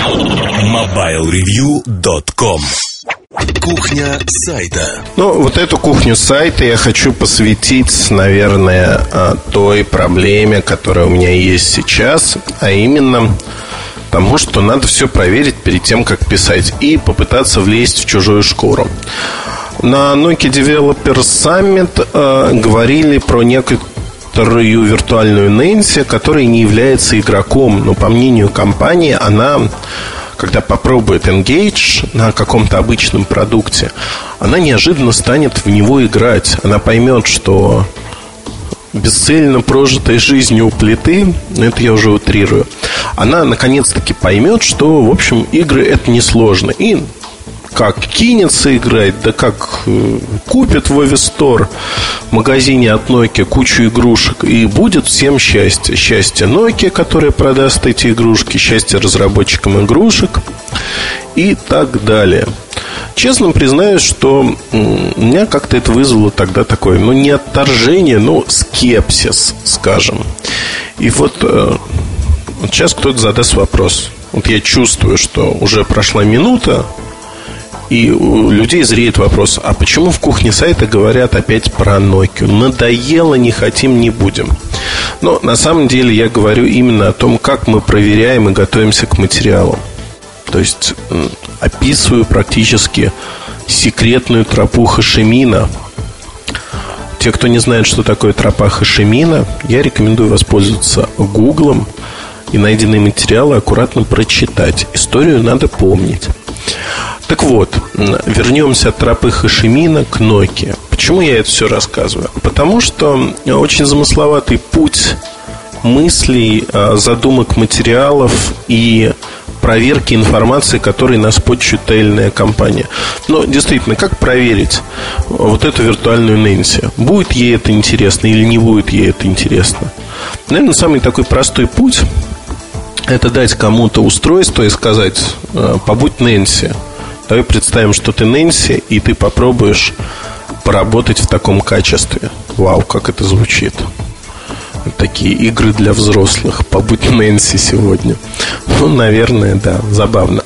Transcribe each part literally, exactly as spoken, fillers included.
мобайл ревью точка ком. Кухня сайта. Ну, вот эту кухню сайта я хочу посвятить, наверное, той проблеме, которая у меня есть сейчас, а именно тому, что надо все проверить перед тем, как писать, и попытаться влезть в чужую шкуру. На Nokia Developer Summit э, говорили про некоторую виртуальную Нэнси, которая не является игроком, но, по мнению компании, она, когда попробует Engage на каком-то обычном продукте, она неожиданно станет в него играть. Она поймет, что бесцельно прожитой жизнью у плиты, но это я уже утрирую, она наконец-таки поймет, что, в общем, игры это несложно. И как кинется играть, да как э, купит в Овистор в магазине от Nokia кучу игрушек, и будет всем счастье. Счастье Nokia, которая продаст эти игрушки, счастье разработчикам игрушек и так далее. Честно признаюсь, что у меня как-то это вызвало тогда такое, ну, не отторжение, но скепсис, скажем. И вот, э, вот сейчас кто-то задаст вопрос. Вот я чувствую, что уже прошла минута, и у людей зреет вопрос: а почему в кухне сайта говорят опять про Nokia? Надоело, не хотим, не будем. Но на самом деле я говорю именно о том, как мы проверяем и готовимся к материалу. То есть описываю практически секретную тропу Хошимина. Те, кто не знает, что такое тропа Хошимина, я рекомендую воспользоваться Гуглом и найденные материалы аккуратно прочитать. Историю надо помнить. Так вот, вернемся от тропы Хошимина к Nokia. Почему я это все рассказываю? Потому что очень замысловатый путь мыслей, задумок, материалов и проверки информации, которой нас почтит тайная компания. Но действительно, как проверить вот эту виртуальную Нэнси? Будет ей это интересно или не будет ей это интересно? Наверное, самый такой простой путь — это дать кому-то устройство и сказать: побудь Нэнси. Давай представим, что ты Нэнси, и ты попробуешь поработать в таком качестве. Вау, как это звучит. Такие игры для взрослых. Побудь Нэнси сегодня. Ну, наверное, да, забавно.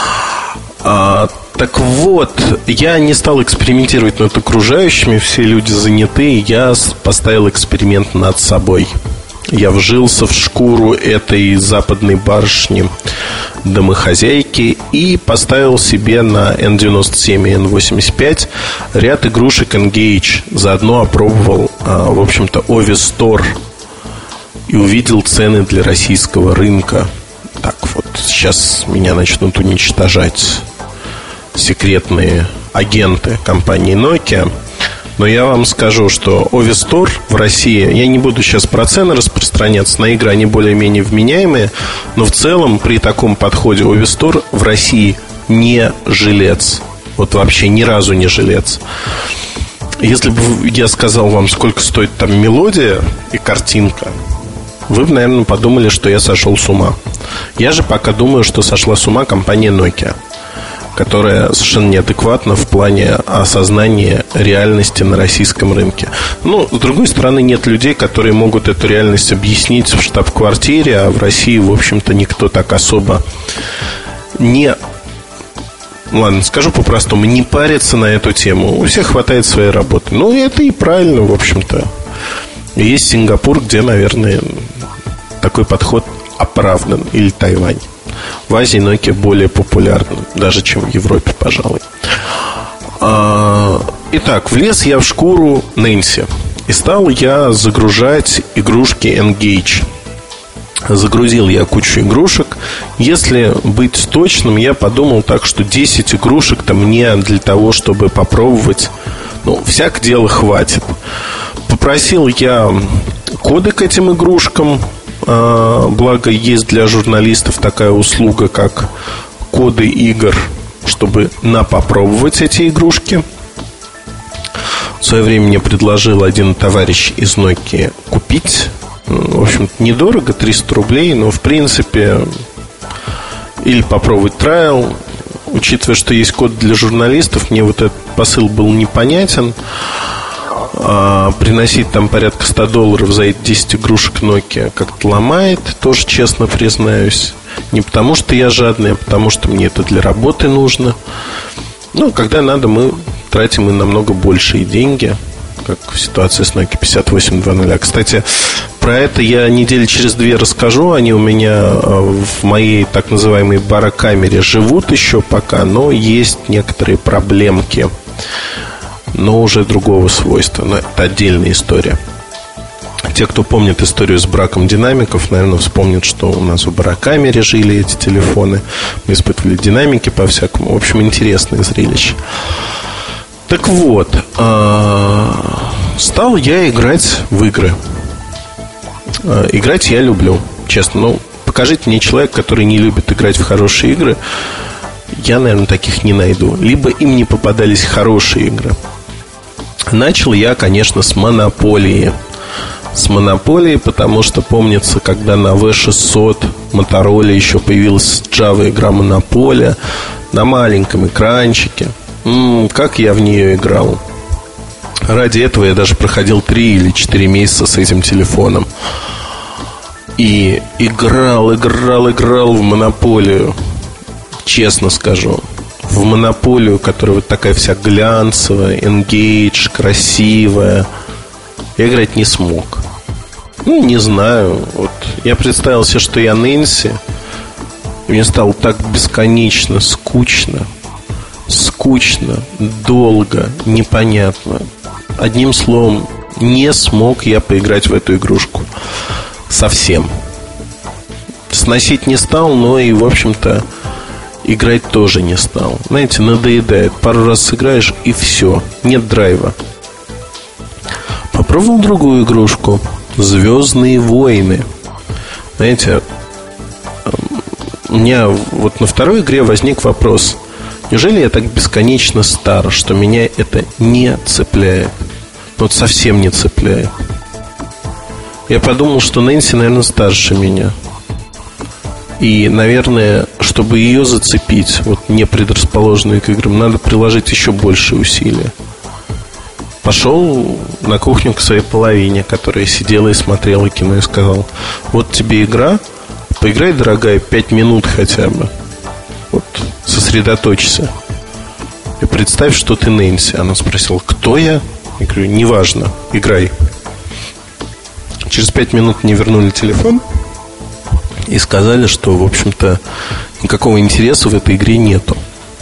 а, Так вот, я не стал экспериментировать над окружающими. Все люди заняты. Я поставил эксперимент над собой. Я вжился в шкуру этой западной барышни домохозяйки и поставил себе на эн девяносто семь и эн восемьдесят пять ряд игрушек Engage. Заодно опробовал, в общем-то, Овистор и увидел цены для российского рынка. Так вот, сейчас меня начнут уничтожать секретные агенты компании Nokia. Но я вам скажу, что Овистор в России, я не буду сейчас про цены распространяться, на игры они более-менее вменяемые, но в целом при таком подходе Овистор в России не жилец. Вот вообще ни разу не жилец. Если бы я сказал вам, сколько стоит там мелодия и картинка, вы бы, наверное, подумали, что я сошел с ума. Я же пока думаю, что сошла с ума компания Nokia, которая совершенно неадекватна в плане осознания реальности на российском рынке. Ну, с другой стороны, нет людей, которые могут эту реальность объяснить в штаб-квартире, а в России, в общем-то, никто так особо не... Ладно, скажу по-простому, не парится на эту тему. У всех хватает своей работы. Ну, это и правильно, в общем-то. Есть Сингапур, где, наверное, такой подход оправдан. Или Тайвань. В Азии Nokia более популярна, даже чем в Европе, пожалуй. Итак, влез я в шкуру Нэнси. И стал я загружать игрушки Engage. Загрузил я кучу игрушек. Если быть точным, я подумал так, что десять игрушек-то мне для того, чтобы попробовать, ну, всяк дела хватит. Попросил я коды к этим игрушкам. Благо, есть для журналистов такая услуга, как коды игр, чтобы напопробовать эти игрушки. В свое время мне предложил один товарищ из Nokia купить. В общем-то, недорого, триста рублей, но, в принципе, или попробовать трайл. Учитывая, что есть код для журналистов, мне вот этот посыл был непонятен. А, приносить там порядка сто долларов за эти десять игрушек Nokia как-то ломает, тоже честно признаюсь. Не потому что я жадный, а потому что мне это для работы нужно. Ну, когда надо, мы тратим и намного большие деньги, как в ситуации с Nokia пятьдесят восемь двадцать. Кстати, про это я недели через две расскажу. Они у меня в моей так называемой барокамере живут еще пока, но есть некоторые проблемки, но уже другого свойства. Но это отдельная история. Те, кто помнит историю с браком динамиков, наверное, вспомнят, что у нас в барокамере жили эти телефоны. Мы испытывали динамики по-всякому. В общем, интересное зрелище. Так вот, стал я играть в игры. Играть я люблю, честно. Ну, покажите мне человека, который не любит играть в хорошие игры. Я, наверное, таких не найду. Либо им не попадались хорошие игры. Начал я, конечно, с Монополии. С Монополии, потому что помнится, когда на ви шестьсот Motorola еще появилась Java игра Монополия на маленьком экранчике. М-м, как я в нее играл. Ради этого я даже проходил три или четыре месяца с этим телефоном. И играл, играл, играл в Монополию. Честно скажу, в Монополию, которая вот такая вся глянцевая, Engage, красивая, я играть не смог. Ну, не знаю. Вот я представил себе, что я Нэнси. И мне стало так бесконечно скучно. Скучно, долго, непонятно. Одним словом, не смог я поиграть в эту игрушку. Совсем. Сносить не стал, но и, в общем-то, играть тоже не стал. Знаете, надоедает. Пару раз сыграешь и все. Нет драйва. Попробовал другую игрушку. «Звездные войны». Знаете, у меня вот на второй игре возник вопрос: неужели я так бесконечно стар, что меня это не цепляет? Вот совсем не цепляет. Я подумал, что Нэнси, наверное, старше меня. И, наверное, чтобы ее зацепить, вот не предрасположенную к играм, надо приложить еще больше усилия. Пошел на кухню к своей половине, которая сидела и смотрела кино, и сказал: вот тебе игра, поиграй, дорогая, пять минут хотя бы. Вот, сосредоточься. И представь, что ты Нэнси. Она спросила: кто я? Я говорю: неважно, играй. Через пять минут мне вернули телефон и сказали, что, в общем-то, никакого интереса в этой игре нету.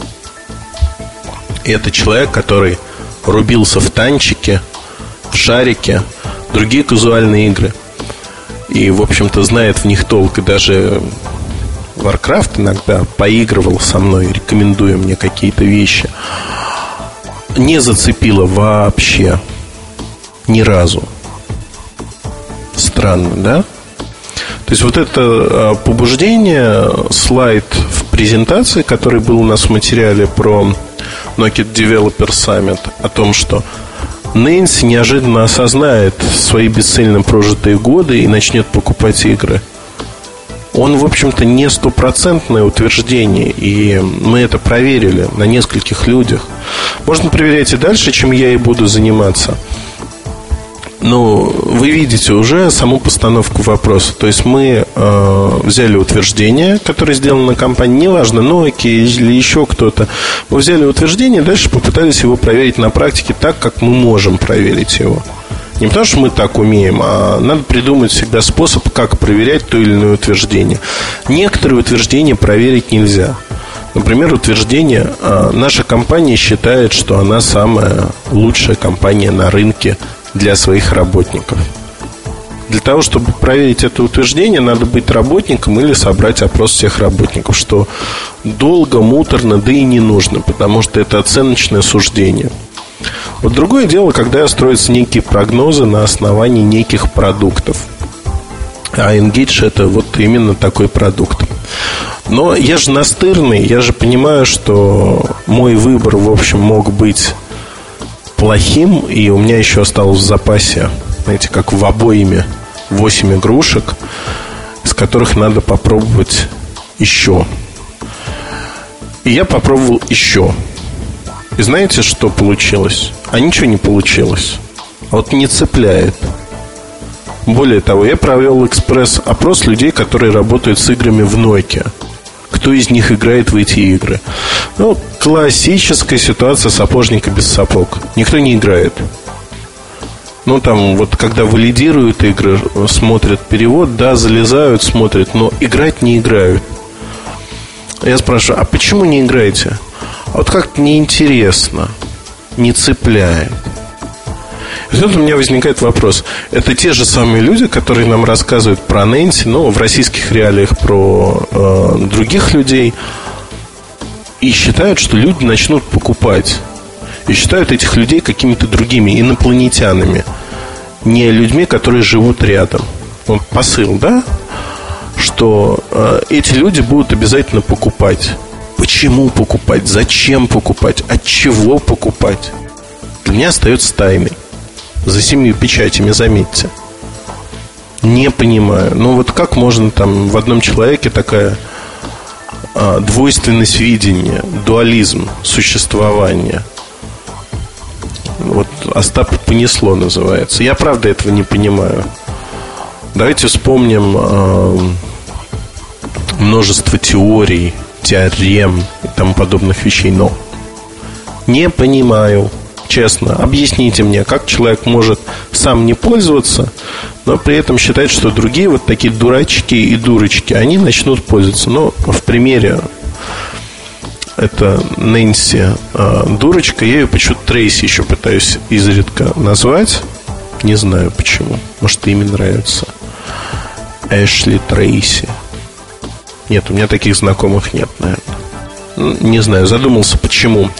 И это человек, который рубился в танчике, в шарике, другие казуальные игры. И, в общем-то, знает в них толк. И даже Warcraft иногда поигрывал со мной, рекомендуя мне какие-то вещи. Не зацепило вообще. Ни разу. Странно, да? То есть вот это побуждение, слайд в презентации, который был у нас в материале про Nokia Developer Summit, о том, что Нэнси неожиданно осознает свои бесцельно прожитые годы и начнет покупать игры. Он, в общем-то, не стопроцентное утверждение, и мы это проверили на нескольких людях. Можно проверять и дальше, чем я и буду заниматься. Но вы видите уже саму постановку вопроса. То есть мы э, взяли утверждение, которое сделано на компании, неважно, Nokia или еще кто-то. Мы взяли утверждение, дальше попытались его проверить на практике так, как мы можем проверить его. Не потому что мы так умеем, а надо придумать всегда способ, как проверять то или иное утверждение. Некоторые утверждения проверить нельзя. Например, утверждение: наша компания считает, что она самая лучшая компания на рынке для своих работников. Для того, чтобы проверить это утверждение, надо быть работником или собрать опрос всех работников, что долго, муторно, да и не нужно, потому что это оценочное суждение. Вот другое дело, когда строятся некие прогнозы на основании неких продуктов. А Engage — это вот именно такой продукт. Но я же настырный, я же понимаю, что мой выбор, в общем, мог быть плохим, и у меня еще осталось в запасе, знаете, как в обойме, восемь игрушек, из которых надо попробовать еще. И я попробовал еще. И знаете, что получилось? А ничего не получилось. А вот не цепляет. Более того, я провел экспресс-опрос людей, которые работают с играми в Nokia. Кто из них играет в эти игры? Ну, классическая ситуация сапожника без сапог. Никто не играет. Ну, там, вот, когда валидируют игры, смотрят перевод, да, залезают, смотрят, но играть не играют. Я спрашиваю, а почему не играете? А вот как-то неинтересно, не цепляет. И тут у меня возникает вопрос. Это те же самые люди, которые нам рассказывают про Нэнси, ну, в российских реалиях про э, других людей, и считают, что люди начнут покупать. И считают этих людей какими-то другими инопланетянами, не людьми, которые живут рядом. Вот посыл, да? Что э, эти люди будут обязательно покупать. Почему покупать? Зачем покупать? От чего покупать? Для меня остается тайной. За семью печатями, заметьте. Не понимаю. Ну вот как можно там в одном человеке такая а, двойственность видения, дуализм существования? Вот Остапа понесло, называется. Я правда этого не понимаю. Давайте вспомним а, множество теорий, теорем и тому подобных вещей. Но не понимаю. Честно, объясните мне, как человек может сам не пользоваться, но при этом считать, что другие вот такие дурачки и дурочки, они начнут пользоваться. Но в примере это Нэнси э, дурочка. Я ее почему-то Трейси еще пытаюсь изредка назвать. Не знаю почему. Может, имя нравится. Эшли Трейси. Нет, у меня таких знакомых нет, наверное. Не знаю, задумался, почему.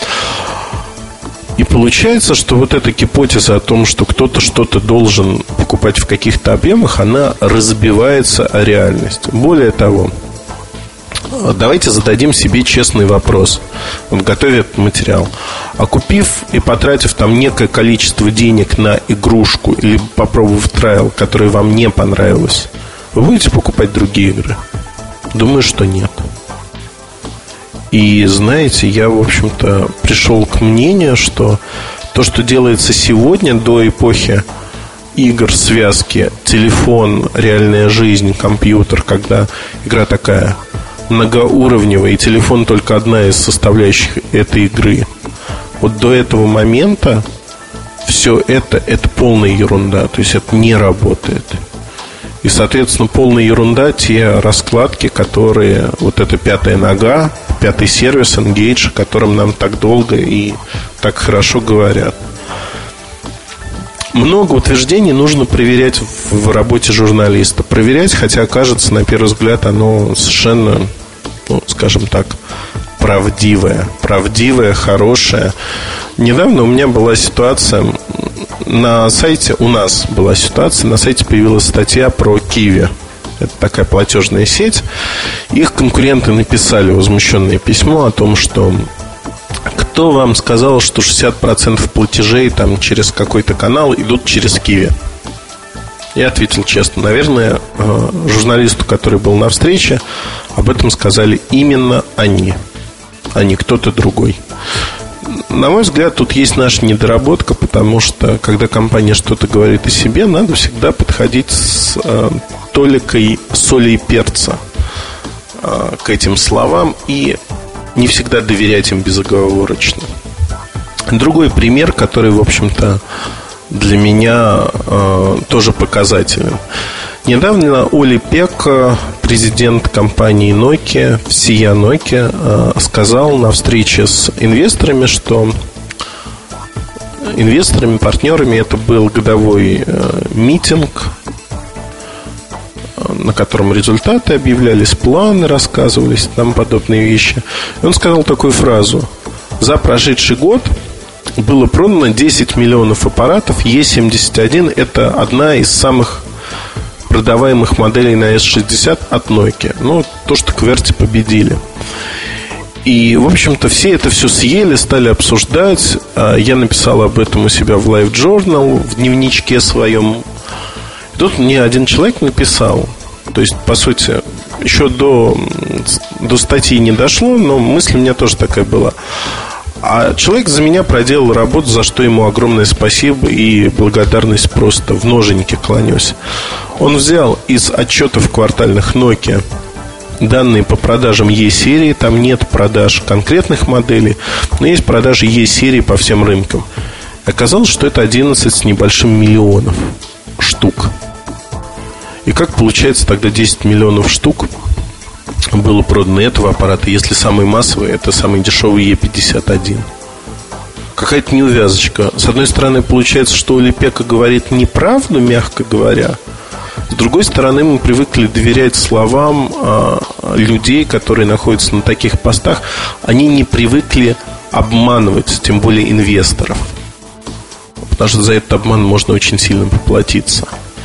И получается, что вот эта гипотеза о том, что кто-то что-то должен покупать в каких-то объемах, она разбивается о реальность. Более того, давайте зададим себе честный вопрос. Вот готовя этот материал. А купив и потратив там некое количество денег на игрушку, или попробовав трайл, которая вам не понравилась, вы будете покупать другие игры? Думаю, что нет. И знаете, я, в общем-то, пришел к мнению, что то, что делается сегодня, до эпохи игр, связки, телефон, реальная жизнь, компьютер, когда игра такая многоуровневая, и телефон только одна из составляющих этой игры. Вот до этого момента все это, это полная ерунда. То есть это не работает. И, соответственно, полная ерунда те раскладки, которые, вот эта пятая нога, пятый сервис, Engage, о котором нам так долго и так хорошо говорят. Много утверждений нужно проверять в работе журналиста. Проверять, хотя кажется, на первый взгляд, оно совершенно, ну, скажем так, правдивое. Правдивое, хорошее. Недавно у меня была ситуация. На сайте, у нас была ситуация, на сайте появилась статья про Киви. Это такая платежная сеть. Их конкуренты написали возмущенное письмо о том, что кто вам сказал, что шестьдесят процентов платежей там через какой-то канал идут через Киви? Я ответил честно. Наверное, журналисту, который был на встрече, об этом сказали именно они, а не кто-то другой. На мой взгляд, тут есть наша недоработка, потому что, когда компания что-то говорит о себе, надо всегда подходить с э, толикой соли и перца э, к этим словам и не всегда доверять им безоговорочно. Другой пример, который, в общем-то, для меня э, тоже показателен. Недавно Оли Пек, президент компании Nokia, всея Nokia, сказал на встрече с инвесторами, что инвесторами, партнерами это был годовой митинг, на котором результаты объявлялись, планы рассказывались и тому подобные вещи. И он сказал такую фразу: за прошедший год было продано десять миллионов аппаратов и семьдесят один. Это одна из самых продаваемых моделей на эс шестьдесят от Nokia. Ну, то, что QWERTY победили. И, в общем-то, все это все съели, стали обсуждать. Я написал об этом у себя в Live Journal, в дневничке своем. И тут мне один человек написал. То есть, по сути, еще до, до статьи не дошло, но мысль у меня тоже такая была. А человек за меня проделал работу, за что ему огромное спасибо и благодарность просто в ноженьки кланяюсь. Он взял из отчетов квартальных Nokia данные по продажам E-серии. Там нет продаж конкретных моделей, но есть продажи E-серии по всем рынкам. Оказалось, что это одиннадцать с небольшим миллионов штук. И как получается тогда десять миллионов штук было продано этого аппарата, если самый массовый — это самый дешевый Е пятьдесят один? Какая-то неувязочка. С одной стороны, получается, что Олипека говорит неправду, мягко говоря. С другой стороны, мы привыкли доверять словам а, людей, которые находятся на таких постах. Они не привыкли обманывать, тем более инвесторов, потому что за этот обман можно очень сильно поплатиться.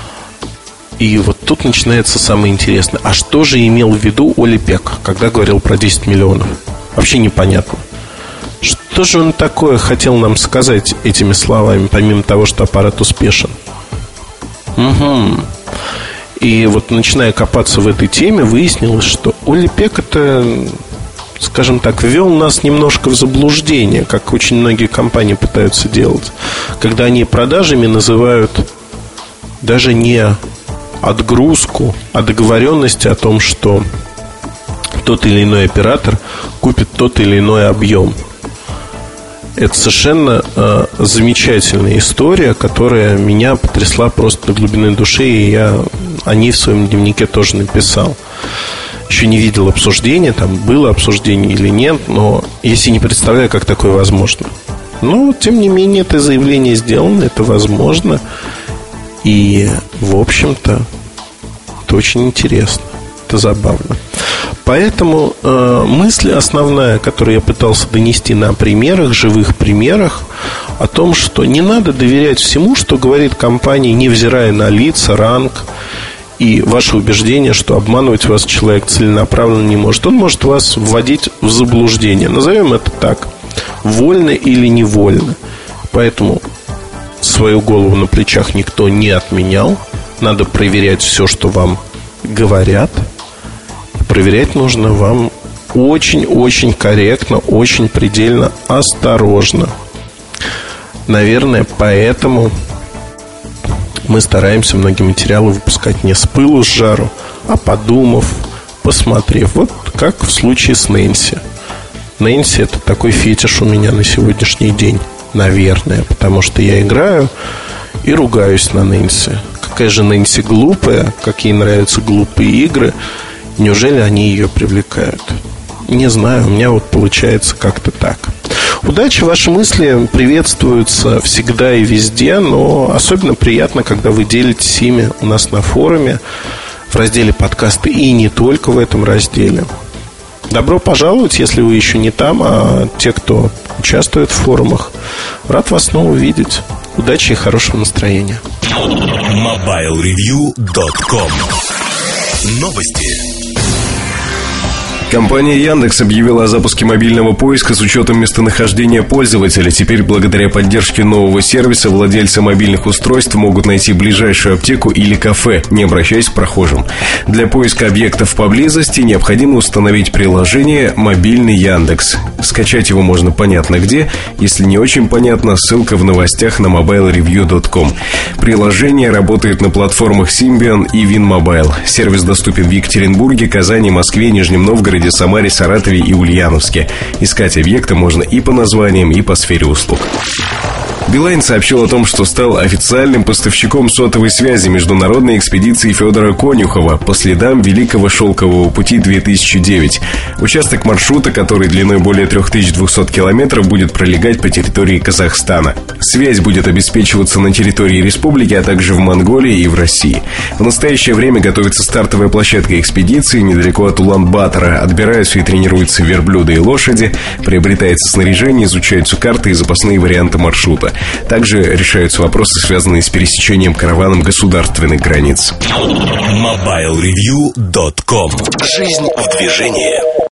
И вот тут начинается самое интересное. А что же имел в виду Олипек, когда говорил про десять миллионов? Вообще непонятно. Что же он такое хотел нам сказать этими словами, помимо того, что аппарат успешен? Угу. И вот, начиная копаться в этой теме, выяснилось, что Олипек это, скажем так, ввел нас немножко в заблуждение, как очень многие компании пытаются делать, когда они продажами называют даже не отгрузку, а договоренности о том, что тот или иной оператор купит тот или иной объем. Это совершенно э, замечательная история, которая меня потрясла просто до глубины души, и я о ней в своем дневнике тоже написал. Еще не видел обсуждения, там было обсуждение или нет, но я себе не представляю, как такое возможно. Но, тем не менее, это заявление сделано, это возможно. И, в общем-то, это очень интересно, это забавно. Поэтому э, мысль основная, которую я пытался донести на примерах, живых примерах, о том, что не надо доверять всему, что говорит компания, невзирая на лица, ранг и ваше убеждение, что обманывать вас человек целенаправленно не может. Он может вас вводить в заблуждение. Назовем это так: вольно или невольно. Поэтому свою голову на плечах никто не отменял. Надо проверять все, что вам говорят. Проверять нужно вам очень-очень корректно, очень предельно осторожно. Наверное, поэтому мы стараемся многие материалы выпускать не с пылу с жару, а подумав, посмотрев. Вот как в случае с Нэнси. Нэнси — это такой фетиш у меня на сегодняшний день. Наверное, потому что я играю и ругаюсь на Нэнси. Какая же Нэнси глупая, как ей нравятся глупые игры. Неужели они ее привлекают? Не знаю, у меня вот получается как-то так. Удачи, ваши мысли приветствуются всегда и везде, но особенно приятно, когда вы делитесь ими у нас на форуме, в разделе подкасты, и не только в этом разделе. Добро пожаловать, если вы еще не там, а те, кто участвует в форумах. Рад вас снова видеть. Удачи и хорошего настроения. мобайл ревью точка ком. Новости. Компания Яндекс объявила о запуске мобильного поиска с учетом местонахождения пользователя. Теперь, благодаря поддержке нового сервиса, владельцы мобильных устройств могут найти ближайшую аптеку или кафе, не обращаясь к прохожим. Для поиска объектов поблизости необходимо установить приложение «Мобильный Яндекс». Скачать его можно понятно где. Если не очень понятно, ссылка в новостях на мобайл ревью точка ком. Приложение работает на платформах Symbian и Винмобайл. Сервис доступен в Екатеринбурге, Казани, Москве, Нижнем Новгороде, Самаре, Саратове и Ульяновске. Искать объекты можно и по названиям, и по сфере услуг. Билайн сообщил о том, что стал официальным поставщиком сотовой связи международной экспедиции Федора Конюхова по следам Великого Шелкового пути две тысячи девять. Участок маршрута, который длиной более три тысячи двести километров, будет пролегать по территории Казахстана. Связь будет обеспечиваться на территории республики, а также в Монголии и в России. В настоящее время готовится стартовая площадка экспедиции недалеко от Улан-Батора. Отбираются и тренируются верблюды и лошади, приобретается снаряжение, изучаются карты и запасные варианты маршрута. Также решаются вопросы, связанные с пересечением караваном государственных границ. мобайл ревью точка ком. Жизнь в движении.